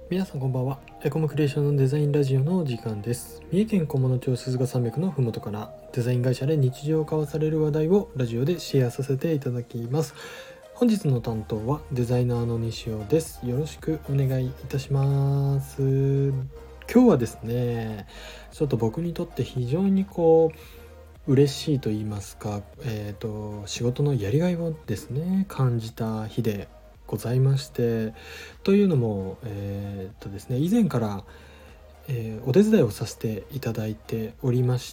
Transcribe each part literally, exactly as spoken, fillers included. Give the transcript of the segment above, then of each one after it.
皆さんこんばんは。エコムクリエーションのデザインラジオの時間です。三重県菰野町鈴鹿山脈のふもとからデザイン会社で日常を交わされる話題をラジオでシェアさせていただきます。本日の担当はデザイナーの西尾です。よろしくお願いいたします。今日はですね、ちょっと僕にとって非常にこう嬉しいと言いますか、えーと、仕事のやりがいをですね感じた日でございまして、というのも、えーとですね、以前から、えーお手伝いをさせていただいておりました、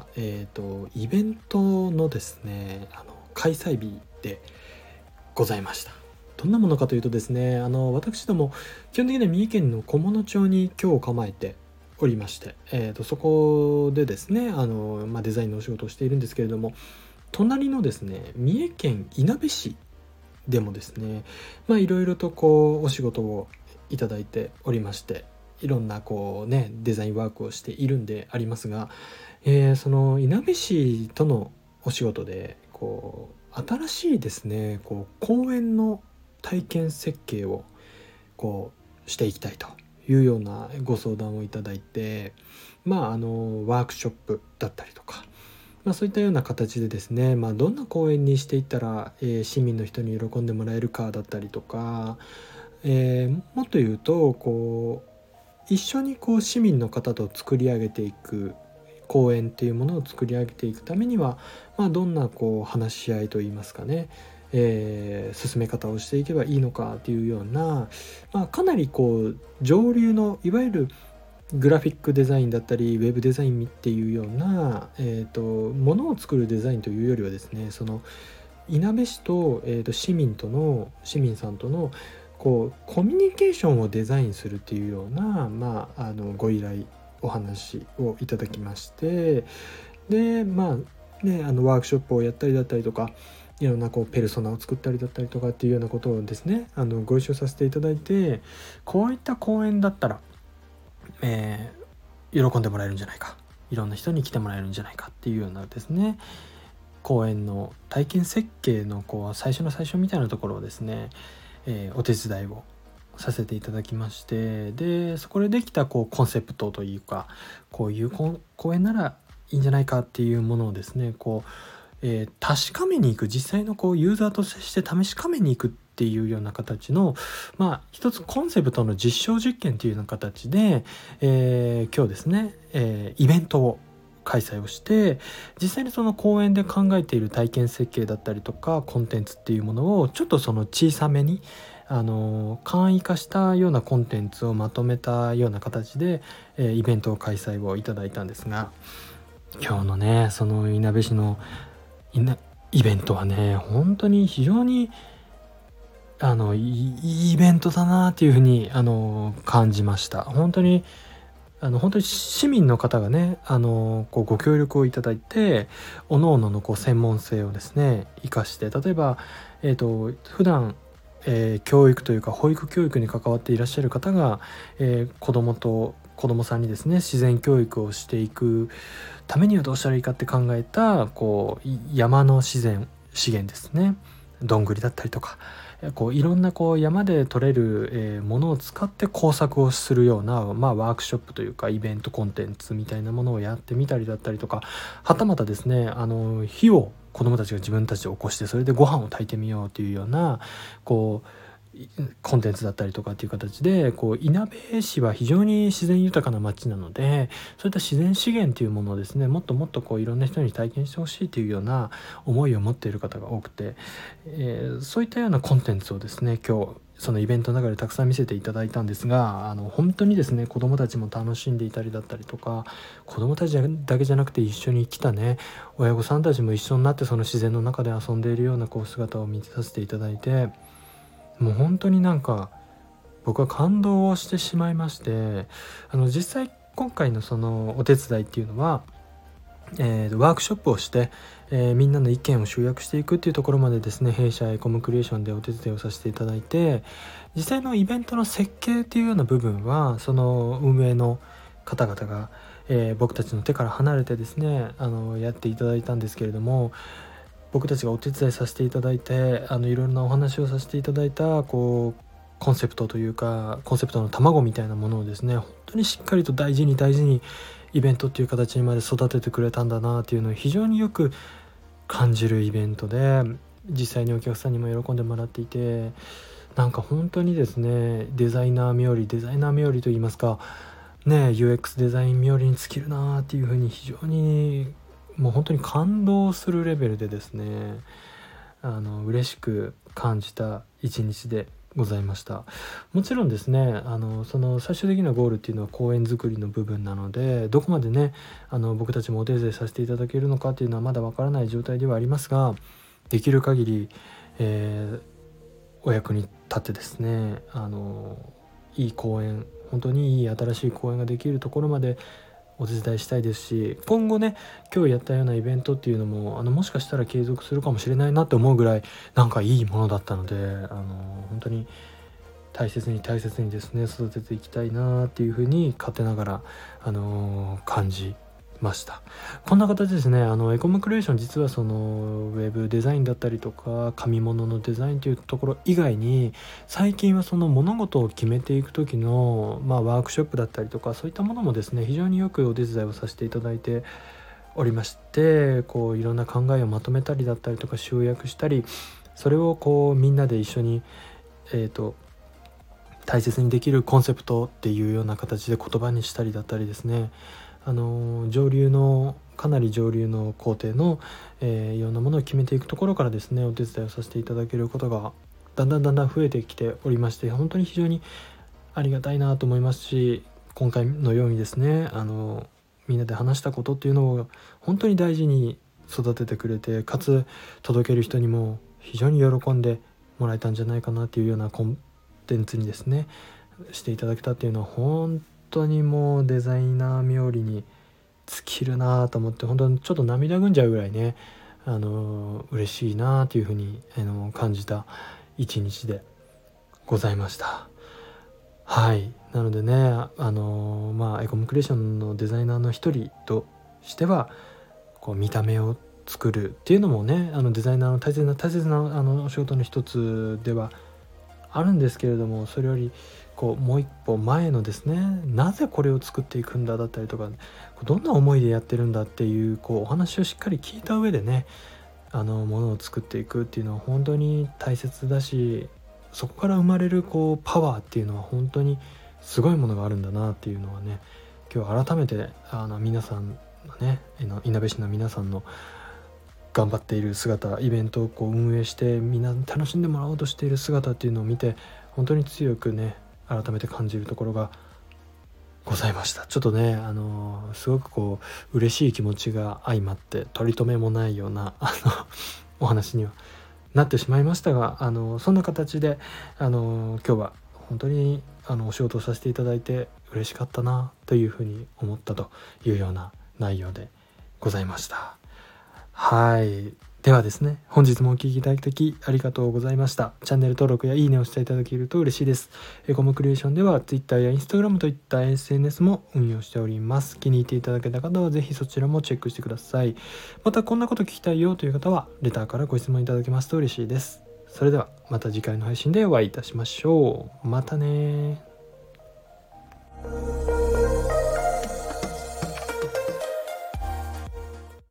えーとイベントのですねあの開催日でございました。どんなものかというとですね、あの私ども基本的には三重県の菰野町に今日構えておりまして、えーとそこでですねあの、まあ、デザインのお仕事をしているんですけれども、隣のですね三重県いなべ市でもですね、まあいろいろとこうお仕事をいただいておりまして、いろんなこうねデザインワークをしているんでありますが、えーそのいなべ市とのお仕事でこう新しいですねこう公園の体験設計をこうしていきたいというようなご相談をいただいて、まああのワークショップだったりとか、まあ、そういったような形でですね、まあ、どんな公園にしていったら、えー市民の人に喜んでもらえるかだったりとか、えーもっと言うとこう一緒にこう市民の方と作り上げていく公園っていうものを作り上げていくためには、まあ、どんなこう話し合いといいますかね、えー進め方をしていけばいいのかっていうような、まあ、かなりこう上流のいわゆるグラフィックデザインだったりウェブデザインっていうような、えーと、ものを作るデザインというよりはですね、そのいなべ市と、えーと市民との市民さんとのこうコミュニケーションをデザインするっていうような、まあ、あのご依頼お話をいただきまして、でまあねあのワークショップをやったりだったりとか、いろんなこうペルソナを作ったりだったりとかっていうようなことをですねあのご一緒させていただいて、こういった公演だったらえー喜んでもらえるんじゃないか、いろんな人に来てもらえるんじゃないかっていうようなですね公演の体験設計のこう最初の最初みたいなところをですね、えーお手伝いをさせていただきまして、でそこでできたこうコンセプトというか、こういう公演ならいいんじゃないかっていうものをですねこう、えー確かめに行く、実際のこうユーザーとして試しかめに行くっていうような形の、まあ一つコンセプトの実証実験というような形で、えー今日ですね、えーイベントを開催をして、実際にその公演で考えている体験設計だったりとかコンテンツっていうものをちょっとその小さめにあの簡易化したようなコンテンツをまとめたような形で、えーイベントを開催をいただいたんですが、今日のねそのいなべ市のイなイベントはね本当に非常にあのいいいいイベントだなっていうふうにあの感じました。本当にあの本当に市民の方がねあのこうご協力をいただいて、各々のこう専門性をですね生かして、例えば、えー、と普段、えー教育というか保育教育に関わっていらっしゃる方が、えー子どもと子どもさんにですね自然教育をしていくためにはどうしたらいいかって考えたこうい山の自然資源ですね、どんぐりだったりとか、こういろんなこう山で採れる、えーものを使って工作をするような、まあ、ワークショップというかイベントコンテンツみたいなものをやってみたりだったりとか、はたまたですねあの火を子どもたちが自分たちで起こして、それでご飯を炊いてみようというようなこうコンテンツだったりとかっていう形で、こういなべ市は非常に自然豊かな町なので、そういった自然資源というものをですねもっともっとこういろんな人に体験してほしいというような思いを持っている方が多くて、えーそういったようなコンテンツをですね今日そのイベントの中でたくさん見せていただいたんですが、あの本当にですね子どもたちも楽しんでいたりだったりとか、子どもたちだけじゃなくて一緒に来たね親御さんたちも一緒になってその自然の中で遊んでいるようなこう姿を見させていただいて、もう本当になんか僕は感動をしてしまいまして、あの実際今回のそのお手伝いっていうのは、えーワークショップをして、えーみんなの意見を集約していくっていうところまでですね弊社エコムクリエーションでお手伝いをさせていただいて、実際のイベントの設計っていうような部分はその運営の方々が、えー僕たちの手から離れてですねあのやっていただいたんですけれども、僕たちがお手伝いさせていただいてあのいろんなお話をさせていただいたこうコンセプトというかコンセプトの卵みたいなものをですね本当にしっかりと大事に大事にイベントっていう形にまで育ててくれたんだなっていうのを非常によく感じるイベントで、実際にお客さんにも喜んでもらっていて、なんか本当にですねデザイナー冥利デザイナー冥利といいますかね ユーエックス デザイン冥利に尽きるなっていうふうに非常にもう本当に感動するレベルでですねあの嬉しく感じた一日でございました。もちろんですねあのその最終的なゴールっていうのは公園作りの部分なので、どこまでねあの僕たちもお手伝いさせていただけるのかっていうのはまだわからない状態ではありますが、できる限り、えー、お役に立ってですねあのいい公園、本当にいい新しい公園ができるところまでお手伝いしたいですし、今後ね今日やったようなイベントっていうのもあのもしかしたら継続するかもしれないなって思うぐらいなんかいいものだったので、あの本当に大切に大切にですね育てていきたいなっていうふうに勝手ながら、あの感じました。こんな形ですねあのエコムクリエーション、実はそのウェブデザインだったりとか紙物のデザインというところ以外に、最近はその物事を決めていく時の、まあ、ワークショップだったりとかそういったものもですね非常によくお手伝いをさせていただいておりまして、こういろんな考えをまとめたりだったりとか集約したり、それをこうみんなで一緒にえっと大切にできるコンセプトっていうような形で言葉にしたりだったりですね、あの上流のかなり上流の工程の、えー、いろんなものを決めていくところからですねお手伝いをさせていただけることがだんだんだんだん増えてきておりまして、本当に非常にありがたいなと思いますし、今回のようにですねあのみんなで話したことっていうのを本当に大事に育ててくれて、かつ届ける人にも非常に喜んでもらえたんじゃないかなっていうようなコンテンツにですねしていただけたっていうのは本当にもうデザイナー冥利に尽きるなと思って、本当にちょっと涙ぐんじゃうぐらいねあの嬉しいなというふうにあの感じた一日でございました。はい、なのでねあのまあエコムクリエーションのデザイナーの一人としてはこう見た目を作るっていうのもねあのデザイナーの大切な大切なあのお仕事の一つではあるんですけれども、それよりこうもう一歩前のですねなぜこれを作っていくんだだったりとか、どんな思いでやってるんだっていうこうお話をしっかり聞いた上でねあのものを作っていくっていうのは本当に大切だし、そこから生まれるこうパワーっていうのは本当にすごいものがあるんだなっていうのはね今日改めてあの皆さんのねいなべ市の皆さんの頑張っている姿、イベントをこう運営してみんな楽しんでもらおうとしている姿っていうのを見て本当に強くね改めて感じるところがございました。ちょっとねあのすごくこう嬉しい気持ちが相まって取り留めもないようなあのお話にはなってしまいましたが、あのそんな形であの今日は本当にあのお仕事をさせていただいて嬉しかったなというふうに思ったというような内容でございました。はい、ではですね本日もお聞きいただきありがとうございました。チャンネル登録やいいねをしていただけると嬉しいです。エコムクリエーションでは Twitter や Instagram といった エスエヌエス も運用しております。気に入っていただけた方はぜひそちらもチェックしてください。またこんなこと聞きたいよという方はレターからご質問いただけますと嬉しいです。それではまた次回の配信でお会いいたしましょう。またね。